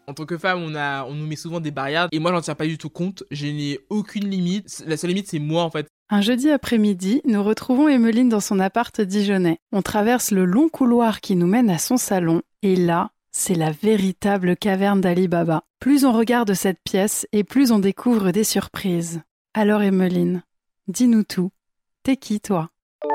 En tant que femme, on nous met souvent des barrières et moi j'en tiens pas du tout compte, je n'ai aucune limite, la seule limite c'est moi en fait. Un jeudi après-midi, nous retrouvons Emmeline dans son appart dijonnais. On traverse le long couloir qui nous mène à son salon et là, c'est la véritable caverne d'Ali Baba. Plus on regarde cette pièce et plus on découvre des surprises. Alors Emmeline, dis-nous tout. T'es qui toi ?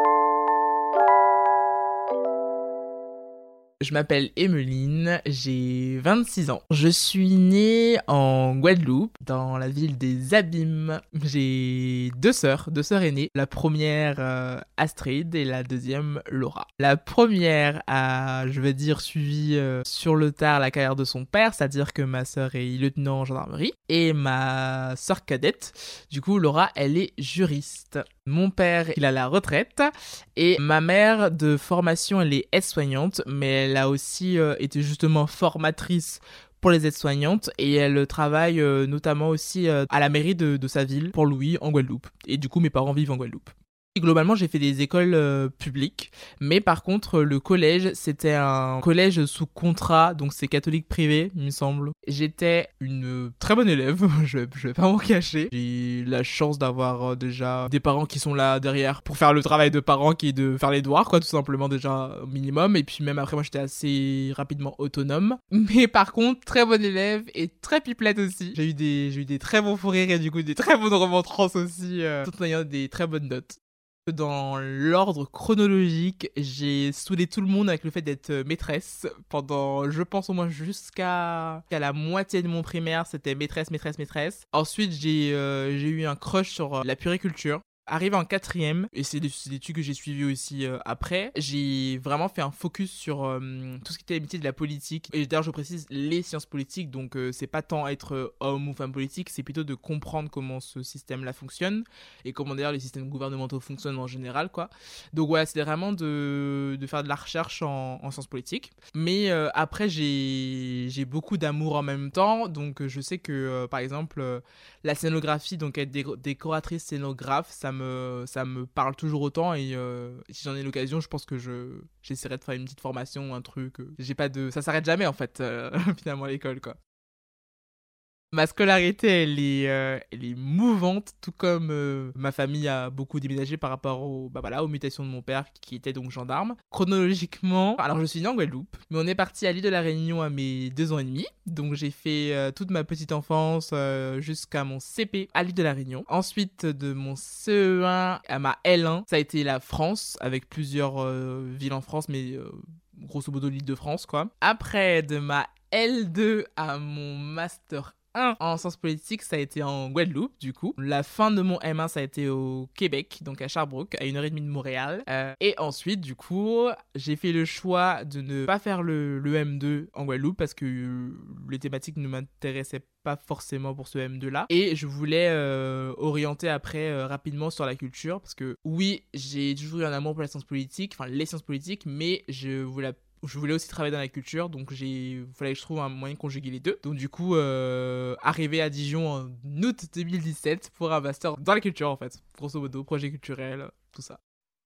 Je m'appelle Emmeline, j'ai 26 ans. Je suis née en Guadeloupe, dans la ville des Abîmes. J'ai deux sœurs aînées. La première, Astrid, et la deuxième, Laura. La première a, je vais dire, suivi sur le tard la carrière de son père, c'est-à-dire que ma sœur est lieutenant en gendarmerie. Et ma sœur cadette, du coup, Laura, elle est juriste. Mon père, il a la retraite et ma mère, de formation, elle est aide-soignante, mais elle a aussi été justement formatrice pour les aides-soignantes et elle travaille notamment aussi à la mairie de sa ville, Port-Louis, en Guadeloupe. Et du coup, mes parents vivent en Guadeloupe. Et globalement, j'ai fait des écoles publiques, mais par contre, le collège, c'était un collège sous contrat, donc c'est catholique privé, il me semble. J'étais une très bonne élève, je vais pas m'en cacher. J'ai la chance d'avoir déjà des parents qui sont là derrière pour faire le travail de parents qui est de faire les devoirs, quoi, tout simplement déjà au minimum. Et puis même après, moi, j'étais assez rapidement autonome. Mais par contre, très bonne élève et très pipelette aussi. J'ai eu des très bons fous rires et du coup des très bonnes remontrances aussi, tout en ayant des très bonnes notes. Dans l'ordre chronologique, j'ai saoulé tout le monde avec le fait d'être maîtresse pendant, je pense au moins jusqu'à la moitié de mon primaire, c'était maîtresse. Ensuite, j'ai eu un crush sur la puriculture. Arrivé en 4e, et c'est des études que j'ai suivies aussi après, j'ai vraiment fait un focus sur tout ce qui était les métiers de la politique. Et d'ailleurs, je précise les sciences politiques, donc c'est pas tant être homme ou femme politique, c'est plutôt de comprendre comment ce système-là fonctionne, et comment d'ailleurs les systèmes gouvernementaux fonctionnent en général, quoi. Donc ouais, c'était vraiment de faire de la recherche en sciences politiques. Mais après, j'ai beaucoup d'amour en même temps, donc je sais que, par exemple, la scénographie, donc être décoratrice scénographe, ça me parle toujours autant et si j'en ai l'occasion, je pense que j'essaierai de faire une petite formation, un truc. Ça s'arrête jamais en fait, finalement à l'école, quoi. Ma scolarité, elle est mouvante, tout comme ma famille a beaucoup déménagé par rapport aux mutations de mon père, qui était donc gendarme. Chronologiquement, alors je suis né en Guadeloupe, mais on est parti à l'île de la Réunion à mes 2 ans et demi. Donc j'ai fait toute ma petite enfance jusqu'à mon CP à l'île de la Réunion. Ensuite, de mon CE1 à ma L1, ça a été la France, avec plusieurs villes en France, mais grosso modo l'île de France, quoi. Après, de ma L2 à mon Master 1 en sciences politiques, ça a été en Guadeloupe, du coup. La fin de mon M1, ça a été au Québec, donc à Sherbrooke, à 1h30 de Montréal. Et ensuite, du coup, j'ai fait le choix de ne pas faire le M2 en Guadeloupe parce que les thématiques ne m'intéressaient pas forcément pour ce M2-là. Et je voulais orienter après rapidement sur la culture parce que oui, j'ai toujours eu un amour pour la science politique, enfin les sciences politiques, mais je voulais aussi travailler dans la culture, donc il fallait que je trouve un moyen de conjuguer les deux. Donc du coup, arrivé à Dijon en août 2017 pour un master dans la culture en fait. Grosso modo, projet culturel, tout ça.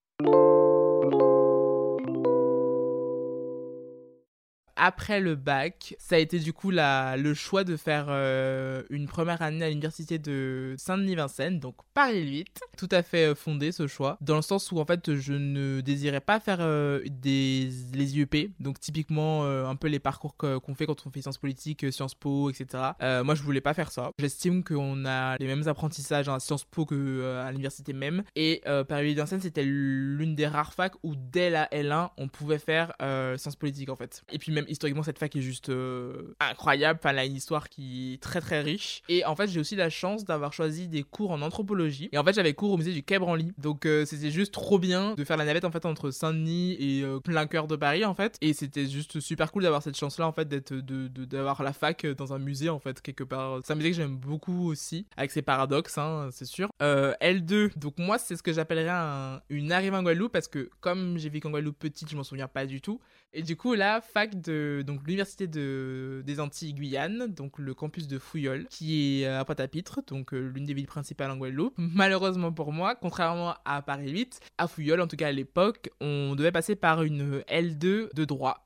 Après le bac, ça a été du coup le choix de faire une première année à l'université de Saint-Denis-Vincennes, donc Paris 8. Tout à fait fondé ce choix, dans le sens où en fait je ne désirais pas faire les IEP, donc typiquement un peu les parcours qu'on fait quand on fait sciences politiques, Sciences Po, etc. Moi je voulais pas faire ça. J'estime qu'on a les mêmes apprentissages à Sciences Po qu'à l'université même, et Paris 8 Vincennes c'était l'une des rares facs où dès la L1 on pouvait faire sciences politiques en fait. Et puis même historiquement cette fac est juste incroyable, enfin elle a une histoire qui est très très riche, et en fait j'ai aussi la chance d'avoir choisi des cours en anthropologie, et en fait j'avais cours au musée du Quai Branly, donc c'était juste trop bien de faire la navette en fait entre Saint-Denis et plein cœur de Paris en fait, et c'était juste super cool d'avoir cette chance là en fait d'avoir la fac dans un musée en fait quelque part. C'est un musée que j'aime beaucoup aussi, avec ses paradoxes hein, c'est sûr. L2, donc moi c'est ce que j'appellerais une arrivée en Guadeloupe, parce que comme j'ai vécu en Guadeloupe petite, je m'en souviens pas du tout. Et du coup, la fac donc l'université des Antilles Guyane, donc le campus de Fouillol, qui est à Pointe-à-Pitre, donc l'une des villes principales en Guadeloupe. Malheureusement pour moi, contrairement à Paris 8, à Fouillol, en tout cas à l'époque, on devait passer par une L2 de droit.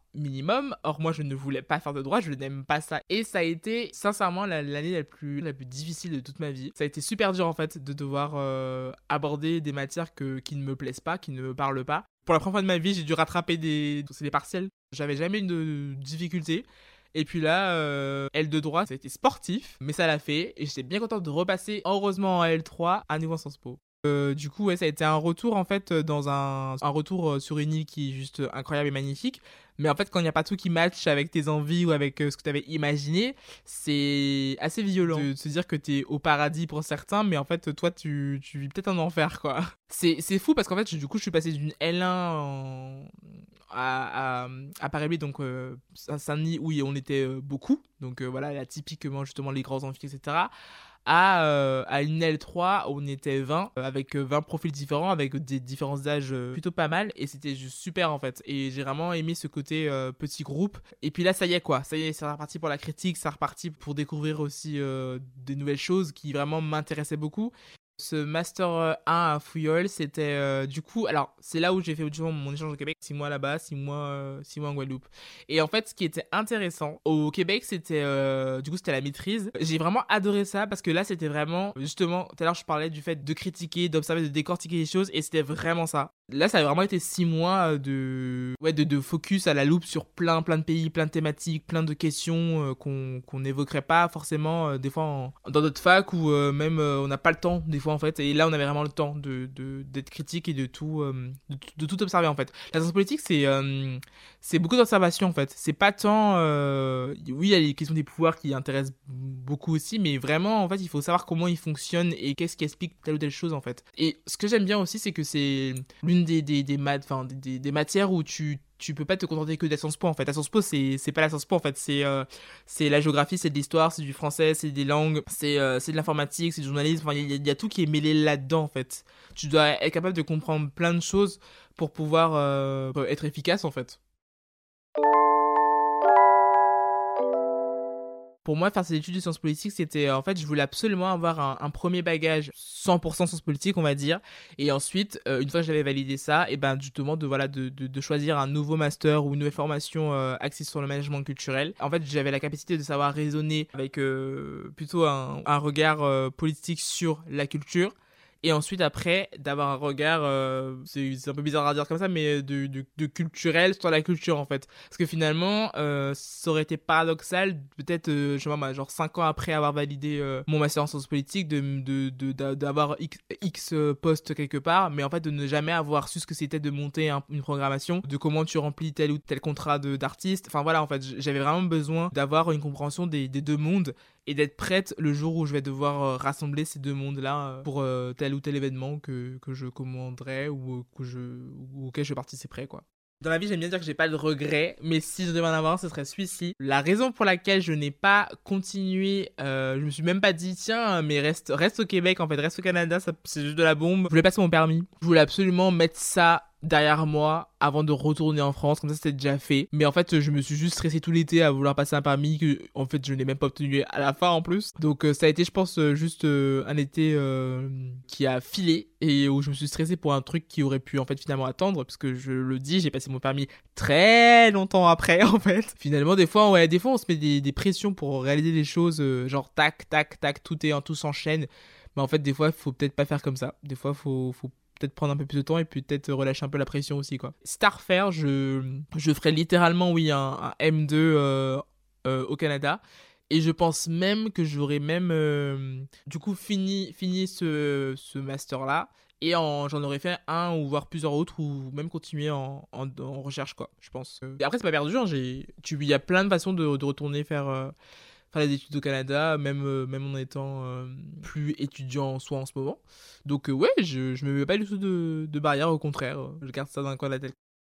minimum. Or, moi, je ne voulais pas faire de droit, je n'aime pas ça. Et ça a été, sincèrement, l'année la plus difficile de toute ma vie. Ça a été super dur, en fait, de devoir aborder des matières qui ne me plaisent pas, qui ne me parlent pas. Pour la première fois de ma vie, j'ai dû rattraper des partiels. J'avais jamais eu de difficulté. Et puis là, L de droit, ça a été sportif, mais ça l'a fait. Et j'étais bien contente de repasser, heureusement, en L3, à nouveau en Sciences Po. Du coup, ouais, ça a été un retour en fait dans un retour sur une île qui est juste incroyable et magnifique. Mais en fait, quand il n'y a pas tout qui match avec tes envies ou avec ce que tu avais imaginé, c'est assez violent de se dire que t'es au paradis pour certains, mais en fait, toi, tu vis peut-être un enfer, quoi. C'est fou parce qu'en fait, du coup, je suis passé d'une L1 à Paris, donc Saint-Denis, où on était beaucoup. Donc voilà, là, typiquement, justement, les grands amphis, etc. À une L3 où on était 20 avec 20 profils différents avec des différences d'âge plutôt pas mal et c'était juste super en fait et j'ai vraiment aimé ce côté petit groupe et puis là ça y est quoi, ça y est, c'est reparti pour la critique, c'est reparti pour découvrir aussi des nouvelles choses qui vraiment m'intéressaient beaucoup. Ce Master 1 à Fouillol, c'était du coup, alors c'est là où j'ai fait mon échange au Québec, 6 mois là-bas, 6 mois en Guadeloupe. Et en fait, ce qui était intéressant au Québec, c'était du coup, c'était la maîtrise. J'ai vraiment adoré ça parce que là, c'était vraiment, justement, tout à l'heure, je parlais du fait de critiquer, d'observer, de décortiquer les choses et c'était vraiment ça. Là, ça a vraiment été 6 mois de focus à la loupe sur plein de pays, plein de thématiques, plein de questions qu'on n'évoquerait pas forcément des fois dans notre fac ou même on n'a pas le temps des fois en fait. Et là, on avait vraiment le temps d'être critique et de tout observer en fait. La science politique, c'est beaucoup d'observation en fait. C'est pas tant... oui, il y a les questions des pouvoirs qui intéressent beaucoup aussi, mais vraiment en fait, il faut savoir comment ils fonctionnent et qu'est-ce qui explique telle ou telle chose en fait. Et ce que j'aime bien aussi, c'est que c'est l'une des matières où tu peux pas te contenter que de la Sciences Po en fait. La Sciences Po c'est pas la Sciences Po en fait, c'est la géographie, c'est de l'histoire, c'est du français, c'est des langues, c'est de l'informatique, c'est du journalisme, enfin il y a tout qui est mêlé là-dedans en fait. Tu dois être capable de comprendre plein de choses pour pouvoir être efficace en fait. Pour moi, faire ces études de sciences politiques, c'était en fait, je voulais absolument avoir un premier bagage 100% sciences politiques, on va dire. Et ensuite, une fois que j'avais validé ça, et ben justement de choisir un nouveau master ou une nouvelle formation axée sur le management culturel. En fait, j'avais la capacité de savoir raisonner avec plutôt un regard politique sur la culture. Et ensuite, après, d'avoir un regard, c'est un peu bizarre à dire comme ça, mais de culturel sur la culture, en fait. Parce que finalement, ça aurait été paradoxal, peut-être, je sais pas moi, genre 5 ans après avoir validé mon master en sciences politiques, d'avoir X poste quelque part, mais en fait, de ne jamais avoir su ce que c'était de monter une programmation, de comment tu remplis tel ou tel contrat d'artiste. Enfin voilà, en fait, j'avais vraiment besoin d'avoir une compréhension des deux mondes et d'être prête le jour où je vais devoir rassembler ces deux mondes-là pour tel ou tel événement que je commanderais ou auquel je participerais, quoi. Dans la vie, j'aime bien dire que j'ai pas de regrets, mais si je devais en avoir un, ce serait celui-ci. La raison pour laquelle je n'ai pas continué, je me suis même pas dit, tiens, mais reste au Québec, en fait, reste au Canada, c'est juste de la bombe. Je voulais passer mon permis. Je voulais absolument mettre ça derrière moi avant de retourner en France, comme ça c'était déjà fait. Mais en fait, je me suis juste stressé tout l'été à vouloir passer un permis que en fait je n'ai même pas obtenu à la fin en plus. Donc ça a été, je pense, juste un été qui a filé et où je me suis stressé pour un truc qui aurait pu en fait finalement attendre, parce que je le dis, j'ai passé mon permis très longtemps après en fait. Finalement, des fois on se met des pressions pour réaliser les choses, genre tac tac tac, tout s'enchaîne. Mais en fait, des fois, il faut peut-être pas faire comme ça. Des fois, faut peut-être prendre un peu plus de temps et puis peut-être relâcher un peu la pression aussi, quoi. Starfair, je ferai littéralement, oui, un M2 au Canada. Et je pense même que j'aurais même, du coup, fini ce master-là. Et j'en aurais fait un ou voire plusieurs autres ou même continuer en recherche, quoi, je pense. Et après, c'est pas perdu, hein, il y a plein de façons de retourner faire des études au Canada, même en étant plus étudiant en soi en ce moment. Donc ouais, je me mets pas du tout de barrière, au contraire, je garde ça dans un coin de la tête.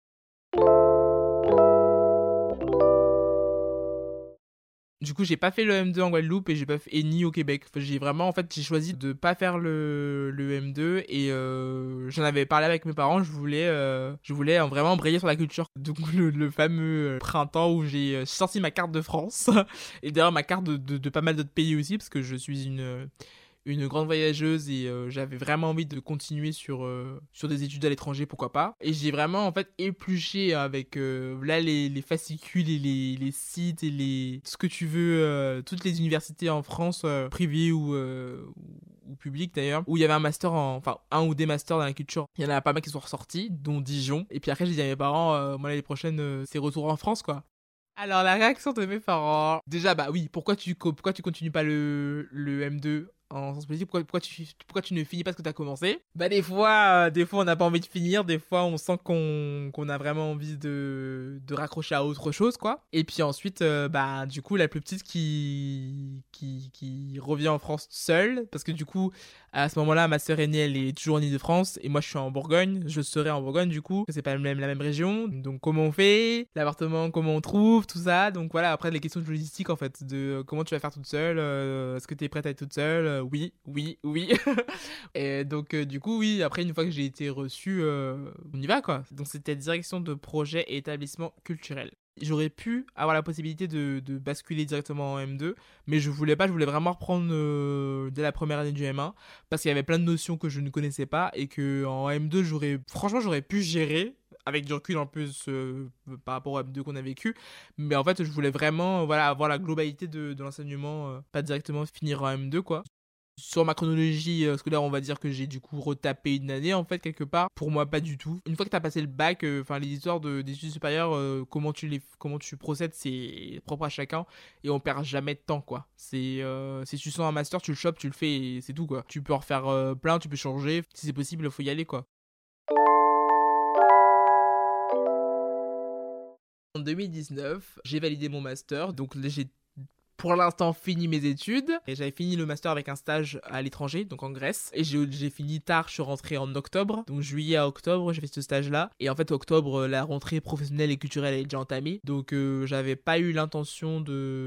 Du coup, j'ai pas fait le M2 en Guadeloupe et j'ai pas fait, et ni au Québec. Enfin, j'ai choisi de pas faire le M2 et j'en avais parlé avec mes parents. Je voulais vraiment embrayer sur la culture. Donc le fameux printemps où j'ai sorti ma carte de France et d'ailleurs ma carte de pas mal d'autres pays aussi, parce que je suis une grande voyageuse et j'avais vraiment envie de continuer sur des études à l'étranger, pourquoi pas. Et j'ai vraiment en fait épluché avec là les fascicules et les sites et tout ce que tu veux, toutes les universités en France, privées ou publiques d'ailleurs, où il y avait un master enfin un ou des masters dans la culture. Il y en a pas mal qui sont ressortis, dont Dijon. Et puis après j'ai dit à mes parents, moi l'année prochaine c'est retour en France quoi. Alors la réaction de mes parents, déjà bah oui, pourquoi tu continues pas le M2 en sciences politiques, pourquoi tu ne finis pas ce que tu as commencé? Bah des fois on n'a pas envie de finir, des fois on sent qu'on a vraiment envie de raccrocher à autre chose quoi. Et puis ensuite bah du coup la plus petite qui revient en France seule, parce que du coup à ce moment-là ma sœur aînée elle est toujours en Île-de-France et moi je suis en Bourgogne, je serai en Bourgogne du coup, c'est pas la même région, donc comment on fait, l'appartement comment on trouve, tout ça. Donc voilà, après les questions de logistique en fait, de comment tu vas faire toute seule, est-ce que tu es prête à être toute seule, oui. Et donc du coup oui, après une fois que j'ai été reçue, on y va quoi. Donc c'était direction de projet et établissement culturel. J'aurais pu avoir la possibilité de basculer directement en M2, mais je voulais pas, je voulais vraiment reprendre dès la première année du M1, parce qu'il y avait plein de notions que je ne connaissais pas, et que en M2 j'aurais pu gérer, avec du recul en plus par rapport au M2 qu'on a vécu, mais en fait je voulais vraiment voilà, avoir la globalité de l'enseignement, pas directement finir en M2 quoi. Sur ma chronologie scolaire, on va dire que j'ai du coup retapé une année en fait quelque part. Pour moi, pas du tout. Une fois que t'as passé le bac, enfin les histoires des études supérieures, comment tu procèdes, c'est propre à chacun et on perd jamais de temps quoi. Si tu sens un master, tu le chopes, tu le fais et c'est tout quoi. Tu peux en refaire plein, tu peux changer. Si c'est possible, il faut y aller quoi. En 2019, j'ai validé mon master, donc là, j'ai pour l'instant fini mes études et j'avais fini le master avec un stage à l'étranger, donc en Grèce, et j'ai fini tard, je suis rentré en octobre, donc juillet à octobre j'ai fait ce stage là, et en fait octobre la rentrée professionnelle et culturelle est déjà entamée, donc j'avais pas eu l'intention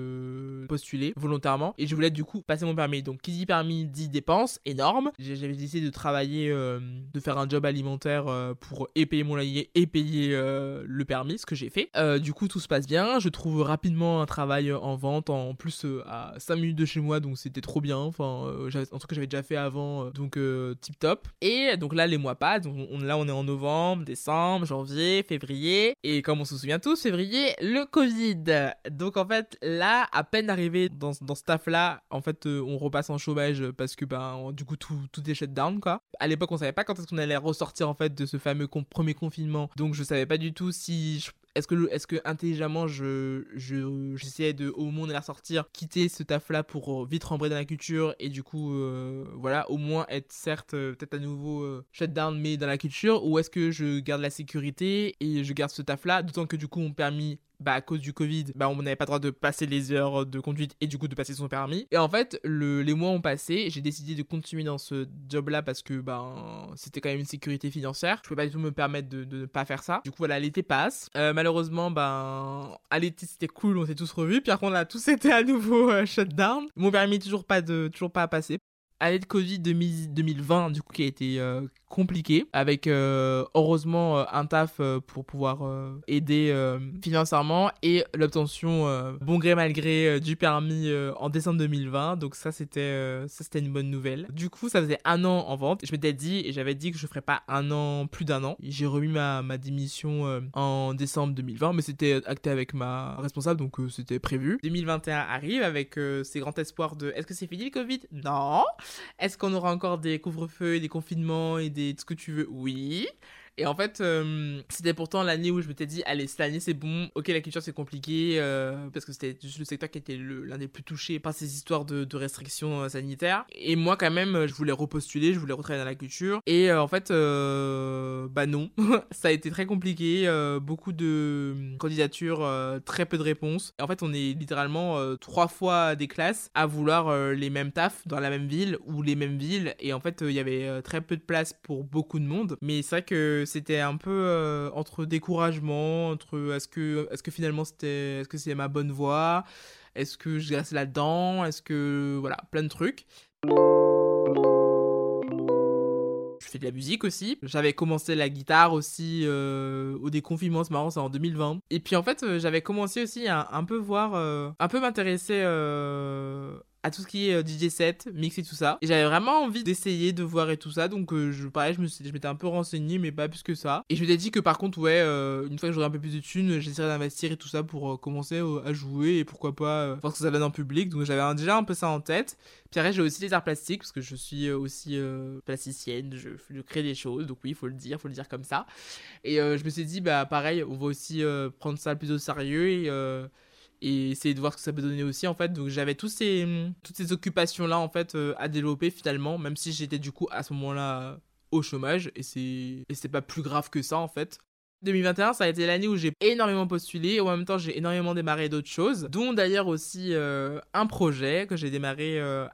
de postuler volontairement et je voulais du coup passer mon permis. Donc qui dit permis dit dépenses énormes. J'avais décidé de travailler, de faire un job alimentaire pour payer mon loyer et payer le permis, ce que j'ai fait. Du coup tout se passe bien, je trouve rapidement un travail en vente, en plus à 5 minutes de chez moi, donc c'était trop bien. Enfin, un truc que j'avais déjà fait avant, donc tip top. Et donc là, les mois passent. Donc là, on est en novembre, décembre, janvier, février. Et comme on se souvient tous, février, le Covid. Donc en fait, là, à peine arrivé dans ce taf-là, en fait, on repasse en chômage parce que du coup, tout est shutdown quoi. À l'époque, on savait pas quand est-ce qu'on allait ressortir en fait de ce fameux premier confinement. Donc je savais pas du tout si est-ce que intelligemment j'essayais de au moins de la sortir, quitter ce taf là pour vite rentrer dans la culture et du coup voilà, au moins être certes peut-être à nouveau shutdown mais dans la culture, ou est-ce que je garde la sécurité et je garde ce taf là, d'autant que du coup mon permis, à cause du Covid, on n'avait pas le droit de passer les heures de conduite et du coup de passer son permis. Et en fait, les mois ont passé, j'ai décidé de continuer dans ce job-là parce que c'était quand même une sécurité financière. Je pouvais pas du tout me permettre de ne pas faire ça. Du coup, voilà, l'été passe. Malheureusement, à l'été, c'était cool, on s'est tous revus. Puis après, on a tous été à nouveau shutdown. Mon permis, toujours pas à passer. Année de Covid 2020 du coup qui a été compliqué, avec heureusement un taf pour pouvoir aider financièrement et l'obtention bon gré mal gré du permis en décembre 2020. Donc ça c'était une bonne nouvelle. Du coup ça faisait un an en vente, je m'étais dit et j'avais dit que je ferais pas plus d'un an. J'ai remis ma démission en décembre 2020, mais c'était acté avec ma responsable, donc c'était prévu. 2021 arrive avec ces grands espoirs de est-ce que c'est fini le Covid? Non. Est-ce qu'on aura encore des couvre-feux et des confinements et ce que tu veux? Oui. Et en fait, c'était pourtant l'année où je m'étais dit, allez, cette année c'est bon, ok la culture c'est compliqué, parce que c'était juste le secteur qui était l'un des plus touchés par ces histoires de restrictions sanitaires. Et moi quand même, je voulais repostuler, je voulais retravailler dans la culture. Et en fait, non, ça a été très compliqué, beaucoup de candidatures, très peu de réponses. Et en fait, on est littéralement 3 fois des classes à vouloir les mêmes tafs dans la même ville ou les mêmes villes. Et en fait, il y avait très peu de place pour beaucoup de monde. Mais c'est vrai que c'était un peu entre découragement, entre est-ce que finalement est-ce que c'est ma bonne voie, est-ce que je reste là-dedans, est-ce que voilà, plein de trucs. Je fais de la musique aussi. J'avais commencé la guitare aussi au déconfinement, c'est marrant, c'est en 2020. Et puis en fait, j'avais commencé aussi à un peu voir, un peu m'intéresser à tout ce qui est DJ set, mix et tout ça. Et j'avais vraiment envie d'essayer, de voir et tout ça. Donc pareil, je m'étais un peu renseigné, mais pas plus que ça. Et je m'étais dit que par contre, ouais, une fois que j'aurais un peu plus de thunes, j'essaierais d'investir et tout ça pour commencer à jouer et pourquoi pas voir ce que ça donne en public. Donc j'avais déjà un peu ça en tête. Puis après, j'ai aussi les arts plastiques parce que je suis aussi plasticienne, je crée des choses. Donc oui, faut le dire comme ça. Et je me suis dit, bah pareil, on va aussi prendre ça plus au sérieux et essayer de voir ce que ça peut donner aussi en fait. Donc j'avais toutes ces occupations là en fait à développer finalement, même si j'étais du coup à ce moment-là au chômage et c'est pas plus grave que ça en fait. 2021, ça a été l'année où j'ai énormément postulé et en même temps j'ai énormément démarré d'autres choses, dont d'ailleurs aussi un projet que j'ai démarré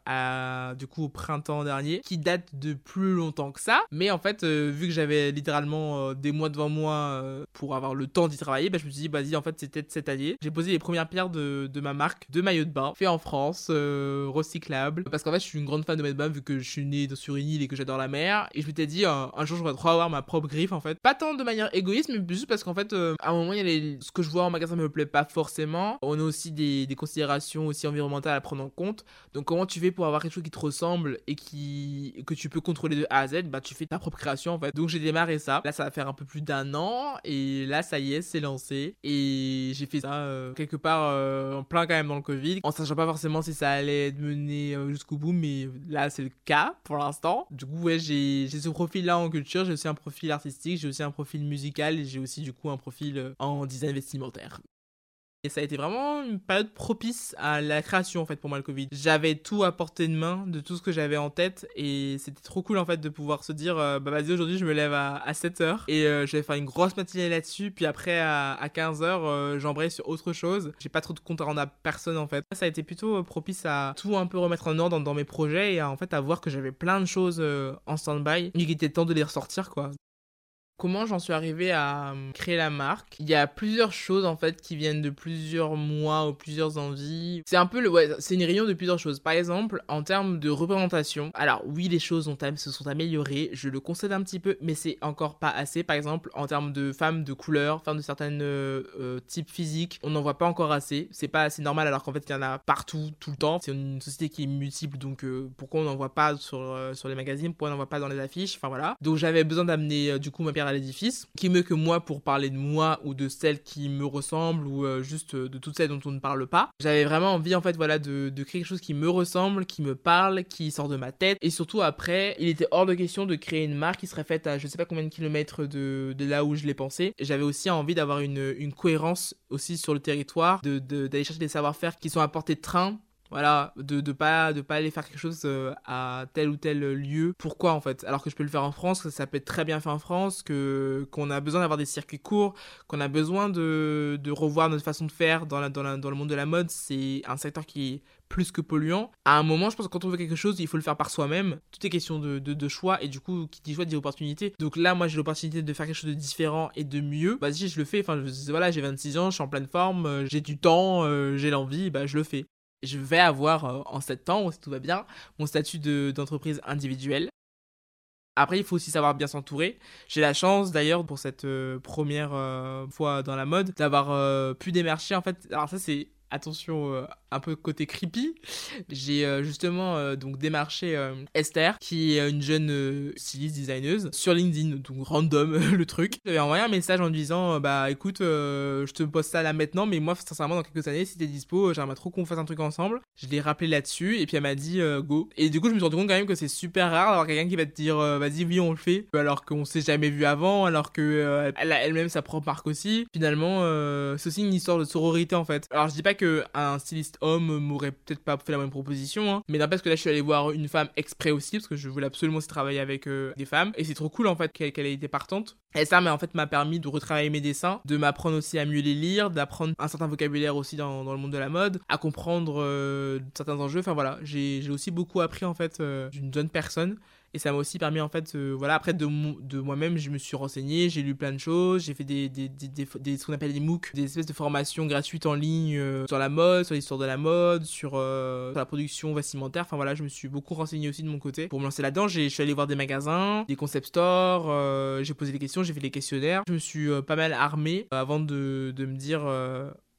du coup au printemps dernier, qui date de plus longtemps que ça, mais en fait vu que j'avais littéralement des mois devant moi pour avoir le temps d'y travailler, bah, je me suis dit vas-y en fait c'était cette année. J'ai posé les premières pierres de ma marque de maillot de bain, fait en France, recyclable, parce qu'en fait je suis une grande fan de maillot de bain vu que je suis né sur une île et que j'adore la mer, et je m'étais dit un jour je voudrais trop avoir ma propre griffe en fait, pas tant de manière égoïste mais juste parce qu'en fait à un moment il y a ce que je vois en magasin me plaît pas forcément. On a aussi des considérations aussi environnementales à prendre en compte, donc comment tu fais pour avoir quelque chose qui te ressemble et que tu peux contrôler de A à Z, bah tu fais ta propre création en fait. Donc j'ai démarré ça, là ça va faire un peu plus d'1 an et là ça y est c'est lancé et j'ai fait ça quelque part en plein quand même dans le Covid, en sachant pas forcément si ça allait être mené jusqu'au bout, mais là c'est le cas pour l'instant. Du coup ouais, j'ai ce profil là en culture, j'ai aussi un profil artistique, j'ai aussi un profil musical et j'ai aussi du coup un profil en design vestimentaire. Et ça a été vraiment une période propice à la création en fait pour moi le Covid. J'avais tout à portée de main de tout ce que j'avais en tête et c'était trop cool en fait de pouvoir se dire bah vas-y aujourd'hui je me lève à 7h et je vais faire une grosse matinée là-dessus, puis après à 15h j'embraye sur autre chose. J'ai pas trop de compte à rendre à personne en fait. Ça a été plutôt propice à tout un peu remettre en ordre dans mes projets et en fait à voir que j'avais plein de choses en stand-by et qu'il était temps de les ressortir quoi. Comment j'en suis arrivée à créer la marque? Il y a plusieurs choses en fait qui viennent de plusieurs mois ou plusieurs envies. C'est un peu c'est une réunion de plusieurs choses. Par exemple, en termes de représentation, alors oui, les choses se sont améliorées, je le concède un petit peu, mais c'est encore pas assez. Par exemple, en termes de femmes de couleur, femmes de certains types physiques, on n'en voit pas encore assez. C'est pas assez normal alors qu'en fait il y en a partout, tout le temps. C'est une société qui est multiple, donc pourquoi on n'en voit pas sur les magazines, pourquoi on n'en voit pas dans les affiches, enfin voilà. Donc j'avais besoin d'amener du coup ma pierre à l'édifice. Qui mieux que moi pour parler de moi ou de celles qui me ressemblent ou juste de toutes celles dont on ne parle pas. J'avais vraiment envie en fait voilà de créer quelque chose qui me ressemble, qui me parle, qui sort de ma tête, et surtout après il était hors de question de créer une marque qui serait faite à je sais pas combien de kilomètres de là où je l'ai pensé. J'avais aussi envie d'avoir une cohérence aussi sur le territoire, d'aller chercher des savoir-faire qui sont à portée de train. Voilà, de pas aller faire quelque chose à tel ou tel lieu. Pourquoi en fait? Alors que je peux le faire en France, ça peut être très bien fait en France, qu'on a besoin d'avoir des circuits courts, qu'on a besoin de revoir notre façon de faire dans le monde de la mode. C'est un secteur qui est plus que polluant. À un moment, je pense que quand on veut quelque chose, il faut le faire par soi-même. Tout est question de choix, et du coup, qui dit choix dit opportunité. Donc là, moi, j'ai l'opportunité de faire quelque chose de différent et de mieux. Vas-y, je le fais. Enfin, voilà, j'ai 26 ans, je suis en pleine forme, j'ai du temps, j'ai l'envie, bah je le fais. Je vais avoir en septembre, si tout va bien, mon statut d'entreprise individuelle. Après, il faut aussi savoir bien s'entourer. J'ai la chance d'ailleurs pour cette première fois dans la mode d'avoir pu démarcher en fait. Alors ça c'est attention un peu côté creepy. J'ai justement donc démarché Esther qui est une jeune styliste designeuse sur LinkedIn, donc random le truc. J'avais envoyé un message en lui disant bah écoute je te poste ça là maintenant, mais moi sincèrement dans quelques années si t'es dispo j'aimerais trop qu'on fasse un truc ensemble. Je l'ai rappelé là-dessus et puis elle m'a dit go. Et du coup je me suis rendu compte quand même que c'est super rare d'avoir quelqu'un qui va te dire vas-y oui on le fait, alors qu'on s'est jamais vu avant, alors que elle a elle-même sa propre marque aussi. Finalement c'est aussi une histoire de sororité en fait. Alors je dis pas que un styliste homme m'aurait peut-être pas fait la même proposition, hein, mais n'empêche que là je suis allé voir une femme exprès aussi parce que je voulais absolument aussi travailler avec des femmes, et c'est trop cool en fait qu'elle ait été partante. Et ça m'a permis de retravailler mes dessins, de m'apprendre aussi à mieux les lire, d'apprendre un certain vocabulaire aussi dans le monde de la mode, à comprendre certains enjeux. Enfin voilà, j'ai aussi beaucoup appris en fait d'une jeune personne. Et ça m'a aussi permis en fait, voilà, après de moi-même, je me suis renseigné, j'ai lu plein de choses, j'ai fait ce qu'on appelle des MOOC, des espèces de formations gratuites en ligne sur la mode, sur l'histoire de la mode, sur la production vestimentaire. Enfin voilà, je me suis beaucoup renseigné aussi de mon côté pour me lancer là-dedans. Je suis allé voir des magasins, des concept stores, j'ai posé des questions, j'ai fait des questionnaires. Je me suis pas mal armé avant de me dire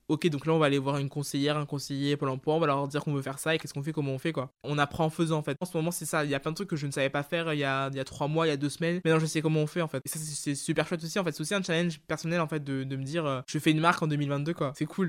ok, donc là on va aller voir une conseillère, un conseiller Pôle emploi, on va leur dire qu'on veut faire ça et qu'est-ce qu'on fait, comment on fait quoi. On apprend en faisant en fait. En ce moment c'est ça, il y a plein de trucs que je ne savais pas faire il y a 3 mois, il y a 2 semaines, maintenant je sais comment on fait en fait. Et ça c'est super chouette aussi en fait, c'est aussi un challenge personnel en fait de me dire je fais une marque en 2022 quoi, c'est cool.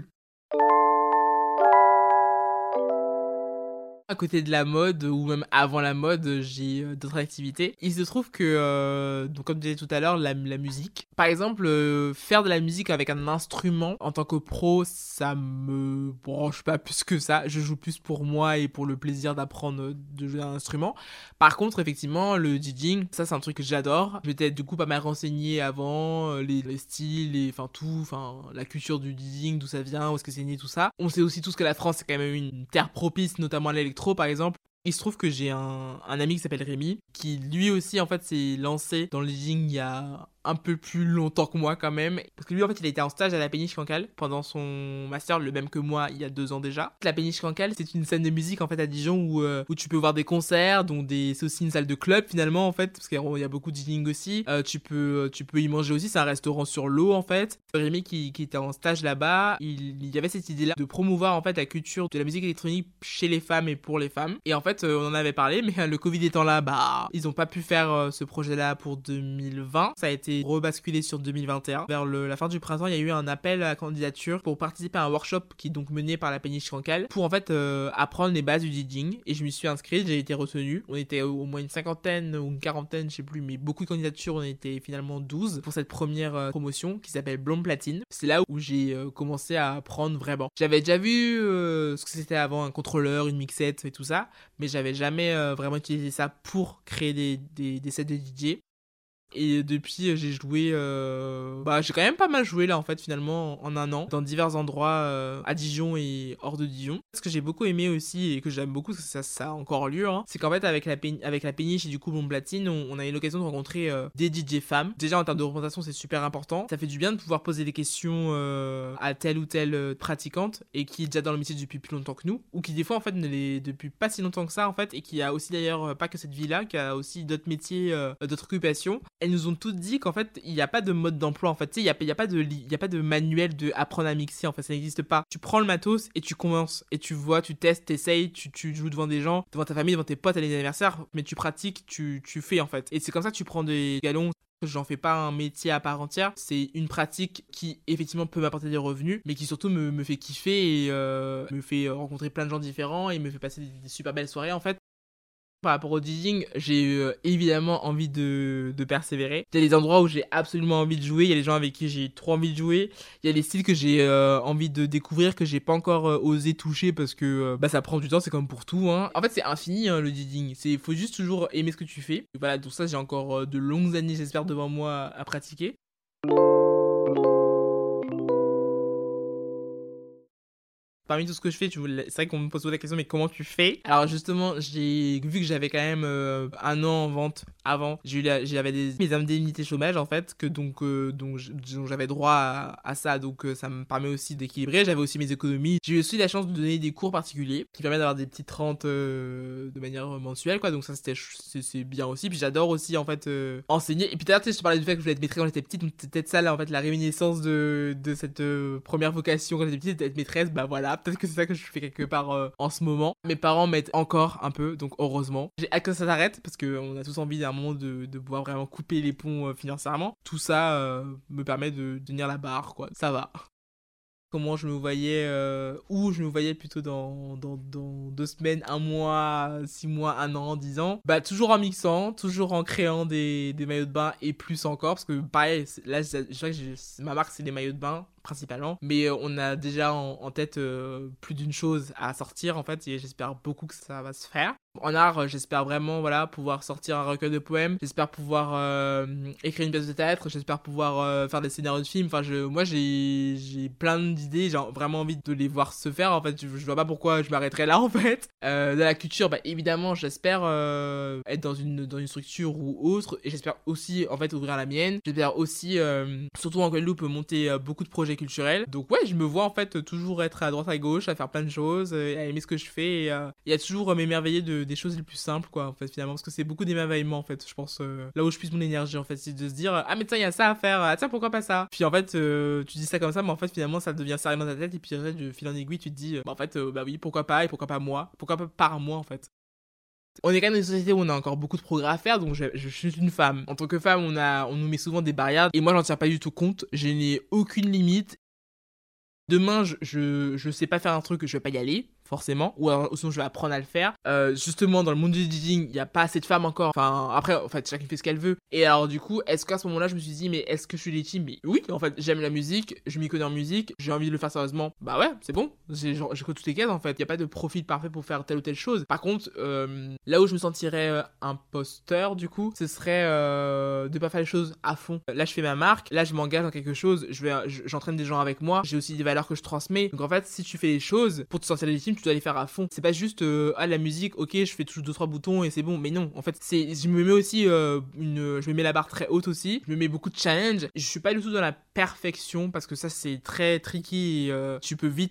À côté de la mode, ou même avant la mode, j'ai d'autres activités. Il se trouve que, donc comme je disais tout à l'heure, la musique. Par exemple, faire de la musique avec un instrument en tant que pro, ça me branche pas plus que ça. Je joue plus pour moi et pour le plaisir d'apprendre de jouer un instrument. Par contre, effectivement, le DJing, ça c'est un truc que j'adore. Je m'étais du coup pas mal renseigné avant, les styles, enfin tout, enfin la culture du DJing, d'où ça vient, où est-ce que c'est né, tout ça. On sait aussi tous que la France c'est quand même une terre propice, notamment à l'électro par exemple. Il se trouve que j'ai un ami qui s'appelle Rémi, qui lui aussi en fait s'est lancé dans le DJing il y a un peu plus longtemps que moi quand même, parce que lui en fait il a été en stage à la Péniche Cancale pendant son master, le même que moi il y a 2 ans déjà. La Péniche Cancale c'est une scène de musique en fait à Dijon où tu peux voir des concerts, donc c'est aussi une salle de club finalement en fait, parce qu'il y a beaucoup de DJing aussi. Tu peux y manger aussi, c'est un restaurant sur l'eau en fait. Rémi qui était en stage là-bas, il y avait cette idée là de promouvoir en fait la culture de la musique électronique chez les femmes et pour les femmes. Et en fait on en avait parlé, mais le Covid étant là, ils ont pas pu faire ce projet là pour 2020. Ça a été rebasculé sur 2021. Vers la fin du printemps, il y a eu un appel à candidature pour participer à un workshop qui est donc mené par la Péniche Cancale pour en fait apprendre les bases du DJing. Et je m'y suis inscrite, j'ai été retenue. On était au moins une cinquantaine ou une quarantaine, je sais plus, mais beaucoup de candidatures. On était finalement 12 pour cette première promotion qui s'appelle Blonde Platine. C'est là où j'ai commencé à apprendre vraiment. J'avais déjà vu ce que c'était avant, un contrôleur, une mixette et tout ça, mais j'avais jamais vraiment utilisé ça pour créer des sets de DJ. Et depuis j'ai joué j'ai quand même pas mal joué là en fait finalement en un an dans divers endroits à Dijon et hors de Dijon. Ce que j'ai beaucoup aimé aussi et que j'aime beaucoup, parce que ça a encore lieu, c'est qu'en fait avec la péniche et du coup Blonde Platine, on a eu l'occasion de rencontrer des DJ femmes. Déjà en termes de représentation c'est super important, ça fait du bien de pouvoir poser des questions à telle ou telle pratiquante et qui est déjà dans le métier depuis plus longtemps que nous, ou qui des fois en fait ne l'est depuis pas si longtemps que ça en fait, et qui a aussi d'ailleurs pas que cette vie là, qui a aussi d'autres métiers, d'autres occupations. Elles nous ont toutes dit qu'en fait il n'y a pas de mode d'emploi en fait, tu sais, il y a pas de manuel de apprendre à mixer en fait, ça n'existe pas. Tu prends le matos et tu commences et tu vois, tu testes, t'essayes, tu joues devant des gens, devant ta famille, devant tes potes à l'anniversaire, mais tu pratiques, tu fais en fait. Et c'est comme ça que tu prends des galons. J'en fais pas un métier à part entière, c'est une pratique qui effectivement peut m'apporter des revenus, mais qui surtout me fait kiffer et me fait rencontrer plein de gens différents et me fait passer des super belles soirées en fait. Par rapport au DJing, j'ai évidemment envie de persévérer. Il y a des endroits où j'ai absolument envie de jouer, il y a des gens avec qui j'ai trop envie de jouer, il y a des styles que j'ai envie de découvrir, que j'ai pas encore osé toucher parce que ça prend du temps, c'est comme pour tout. En fait c'est infini le DJing, faut juste toujours aimer ce que tu fais. Et voilà, donc ça j'ai encore de longues années j'espère devant moi à pratiquer. Parmi tout ce que je fais, c'est vrai qu'on me pose souvent la question, mais comment tu fais? Alors justement, j'ai vu que j'avais quand même un an en vente avant. J'avais mes indemnités chômage en fait, dont j'avais droit à ça, donc ça me permet aussi d'équilibrer. J'avais aussi mes économies. J'ai eu aussi la chance de donner des cours particuliers qui permettent d'avoir des petites rentes de manière mensuelle, quoi. Donc ça c'est bien aussi. Puis j'adore aussi en fait enseigner. Et puis d'ailleurs, tu sais, je te parlais du fait que je voulais être maîtresse quand j'étais petite, donc c'était peut-être ça là en fait la réminiscence de cette première vocation quand j'étais petite, d'être maîtresse. Bah voilà. Peut-être que c'est ça que je fais quelque part en ce moment. Mes parents m'aident encore un peu, donc heureusement. J'ai hâte que ça s'arrête, parce qu'on a tous envie à un moment de pouvoir vraiment couper les ponts financièrement. Tout ça me permet de tenir la barre, quoi. Ça va. Comment je me voyais, où je me voyais plutôt dans 2 semaines, 1 mois, 6 mois, 1 an, 10 ans. Toujours en mixant, toujours en créant des maillots de bain et plus encore, parce que pareil, là, je dirais que ma marque c'est les maillots de bain principalement, mais on a déjà en tête plus d'une chose à sortir en fait, et j'espère beaucoup que ça va se faire. En art, j'espère vraiment pouvoir sortir un recueil de poèmes, j'espère pouvoir écrire une pièce de théâtre, j'espère pouvoir faire des scénarios de films. Moi j'ai plein d'idées, j'ai vraiment envie de les voir se faire en fait. Je vois pas pourquoi je m'arrêterais là en fait. Dans la culture, évidemment j'espère être dans une structure ou autre, et j'espère aussi en fait ouvrir la mienne. J'espère aussi surtout en Guadeloupe monter beaucoup de projets culturel. Donc ouais, je me vois en fait toujours être à droite à gauche, à faire plein de choses, à aimer ce que je fais et à toujours m'émerveiller des choses les plus simples quoi en fait finalement, parce que c'est beaucoup d'émerveillement en fait, je pense là où je puise mon énergie en fait, c'est de se dire ah mais tiens il y a ça à faire, ah tiens pourquoi pas ça. Puis en fait tu dis ça comme ça, mais en fait finalement ça devient sérieux dans ta tête et puis de fil en aiguille tu te dis bah en fait bah oui pourquoi pas, et pourquoi pas moi, pourquoi pas par moi en fait. On est quand même dans une société où on a encore beaucoup de progrès à faire, donc je suis une femme. En tant que femme, on nous met souvent des barrières, et moi j'en tiens pas du tout compte, je n'ai aucune limite. Demain, je sais pas faire un truc, je vais pas y aller, forcément, ou sinon je vais apprendre à le faire. Justement, dans le monde du DJing, il y a pas assez de femmes encore. Enfin, après, en fait, chacun fait ce qu'elle veut. Et alors, du coup, est-ce qu'à ce moment-là, je me suis dit, mais est-ce que je suis légitime? Mais oui, en fait, j'aime la musique, je m'y connais en musique, j'ai envie de le faire sérieusement. Bah ouais, c'est bon, j'écoute toutes les cases, en fait. Il y a pas de profil parfait pour faire telle ou telle chose. Par contre, là où je me sentirais imposteur, du coup, ce serait de pas faire les choses à fond. Là, je fais ma marque, là, je m'engage dans quelque chose, j'entraîne des gens avec moi, j'ai aussi des valeurs que je transmets. Donc en fait, si tu fais les choses pour te sentir légitime, tu dois les faire à fond. C'est pas juste la musique, ok, je fais toujours 2-3 boutons et c'est bon. Mais non, en fait, je me mets aussi je me mets la barre très haute aussi. Je me mets beaucoup de challenges. Je suis pas du tout dans la perfection parce que ça c'est très tricky et tu peux vite,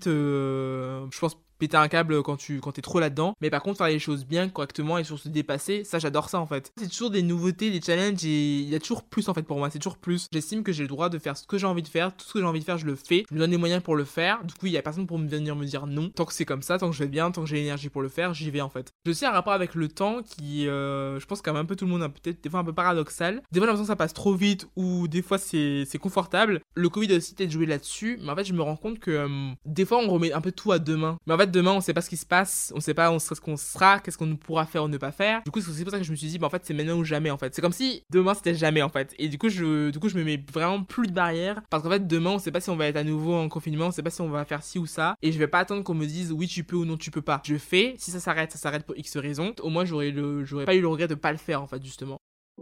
je pense, péter un câble quand t'es trop là-dedans. Mais par contre, faire les choses bien, correctement et sur se dépasser, ça j'adore ça en fait. C'est toujours des nouveautés, des challenges et il y a toujours plus en fait pour moi, c'est toujours plus. J'estime que j'ai le droit de faire ce que j'ai envie de faire, tout ce que j'ai envie de faire, je le fais. Je me donne les moyens pour le faire. Du coup, il y a personne pour venir me dire non. Tant que c'est comme ça, tant que je vais bien, tant que j'ai l'énergie pour le faire, j'y vais en fait. J'ai aussi un rapport avec le temps qui, je pense comme un peu tout le monde, peut-être des fois un peu paradoxal. Des fois j'ai l'impression que ça passe trop vite ou des fois c'est confortable. Le Covid a aussi peut-être joué là-dessus, mais en fait je me rends compte que des fois on remet un peu tout à demain. Mais en fait demain on sait pas ce qui se passe, on sait pas ce qu'on sera, qu'est-ce qu'on pourra faire ou ne pas faire. Du coup c'est pour ça que je me suis dit bah en fait c'est maintenant ou jamais en fait. C'est comme si demain c'était jamais en fait. Et du coup je me mets vraiment plus de barrières parce qu'en fait demain on sait pas si on va être à nouveau en confinement, on sait pas si on va faire ci ou ça et je vais pas attendre qu'on me dise oui tu peux ou non tu peux pas. Je fais, si ça s'arrête pour X raison. Au moins j'aurais pas eu le regret de pas le faire en fait justement.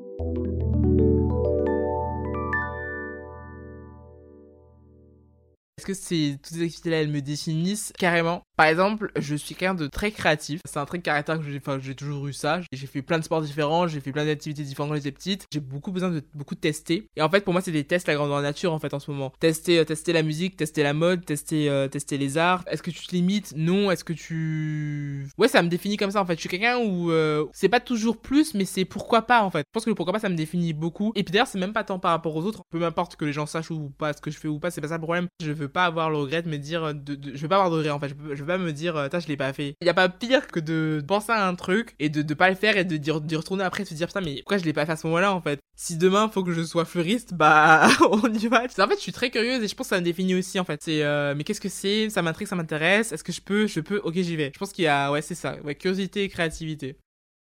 Est-ce que toutes ces activités-là, elles me définissent? Carrément. Par exemple, je suis quelqu'un de très créatif. C'est un trait de caractère que j'ai toujours eu ça. J'ai fait plein de sports différents, j'ai fait plein d'activités différentes quand j'étais petite. J'ai besoin de tester. Et en fait, pour moi, c'est des tests la grandeur nature en fait en ce moment. Tester la musique, tester la mode, tester les arts. Est-ce que tu te limites? Non. Est-ce que tu... Ouais, ça me définit comme ça en fait. Je suis quelqu'un où c'est pas toujours plus, mais c'est pourquoi pas en fait. Je pense que le pourquoi pas, ça me définit beaucoup. Et puis d'ailleurs, c'est même pas tant par rapport aux autres. Peu m'importe que les gens sachent ou pas ce que je fais ou pas, c'est pas ça le problème. Je veux pas avoir le regret de me dire je veux pas avoir de regret en fait, je veux pas me dire je l'ai pas fait. Il y a pas pire que de penser à un truc et de pas le faire et d'y retourner après et de se dire putain mais pourquoi je l'ai pas fait à ce moment-là en fait. Si demain faut que je sois fleuriste, bah on y va. En fait je suis très curieuse et je pense que ça me définit aussi en fait. C'est mais qu'est-ce que c'est, ça m'intrigue, ça m'intéresse, est-ce que je peux, ok j'y vais. Je pense qu'il y a, ouais c'est ça, ouais, curiosité et créativité.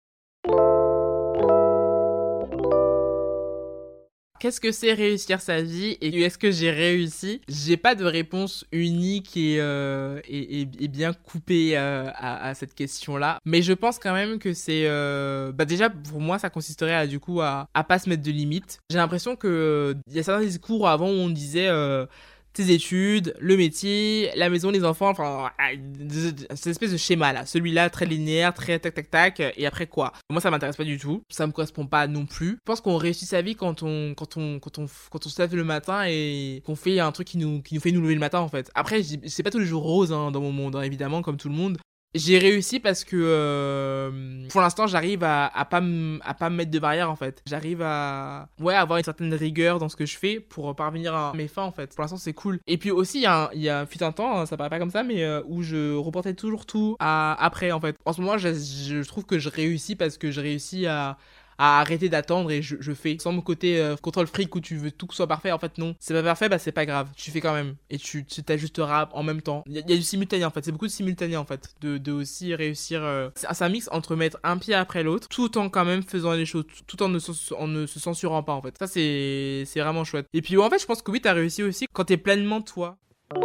Qu'est-ce que c'est réussir sa vie et est-ce que j'ai réussi? J'ai pas de réponse unique et bien coupée à cette question-là. Mais je pense quand même que c'est... déjà, pour moi, ça consisterait à pas se mettre de limites. J'ai l'impression que il y a certains discours avant où on disait... tes études, le métier, la maison, les enfants, enfin, cette espèce de schéma là, celui-là très linéaire, très tac, et après quoi? Moi ça m'intéresse pas du tout, ça me correspond pas non plus. Je pense qu'on réussit sa vie quand on se lève le matin et qu'on fait un truc qui nous fait nous lever le matin en fait. Après c'est pas tous les jours rose dans mon monde, hein, évidemment comme tout le monde. J'ai réussi parce que pour l'instant j'arrive à pas me mettre de barrière en fait. J'arrive à avoir une certaine rigueur dans ce que je fais pour parvenir à mes fins en fait. Pour l'instant c'est cool. Et puis aussi il y a fut un temps, ça paraît pas comme ça, mais où je reportais toujours tout à après en fait. En ce moment je trouve que je réussis parce que je réussis à arrêter d'attendre et je fais. Sans mon côté contrôle fric où tu veux tout que soit parfait, en fait non. C'est pas parfait, bah c'est pas grave. Tu fais quand même. Et tu t'ajusteras en même temps. Il y a du simultané en fait. C'est beaucoup de simultané en fait. De aussi réussir. C'est un mix entre mettre un pied après l'autre tout en quand même faisant les choses. Tout en ne se censurant pas en fait. Ça c'est vraiment chouette. Et puis en fait je pense que oui t'as réussi aussi quand t'es pleinement toi.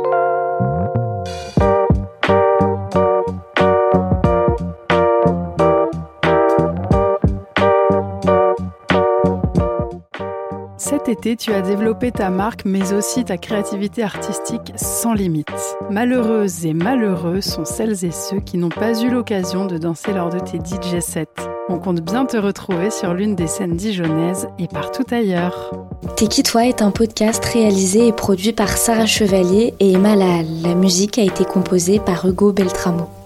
Cet été, tu as développé ta marque, mais aussi ta créativité artistique sans limite. Malheureuses et malheureux sont celles et ceux qui n'ont pas eu l'occasion de danser lors de tes DJ sets. On compte bien te retrouver sur l'une des scènes dijonnaises et partout ailleurs. T'es qui toi est un podcast réalisé et produit par Sarah Chevalier et Emma Lahal. La musique a été composée par Hugo Beltramo.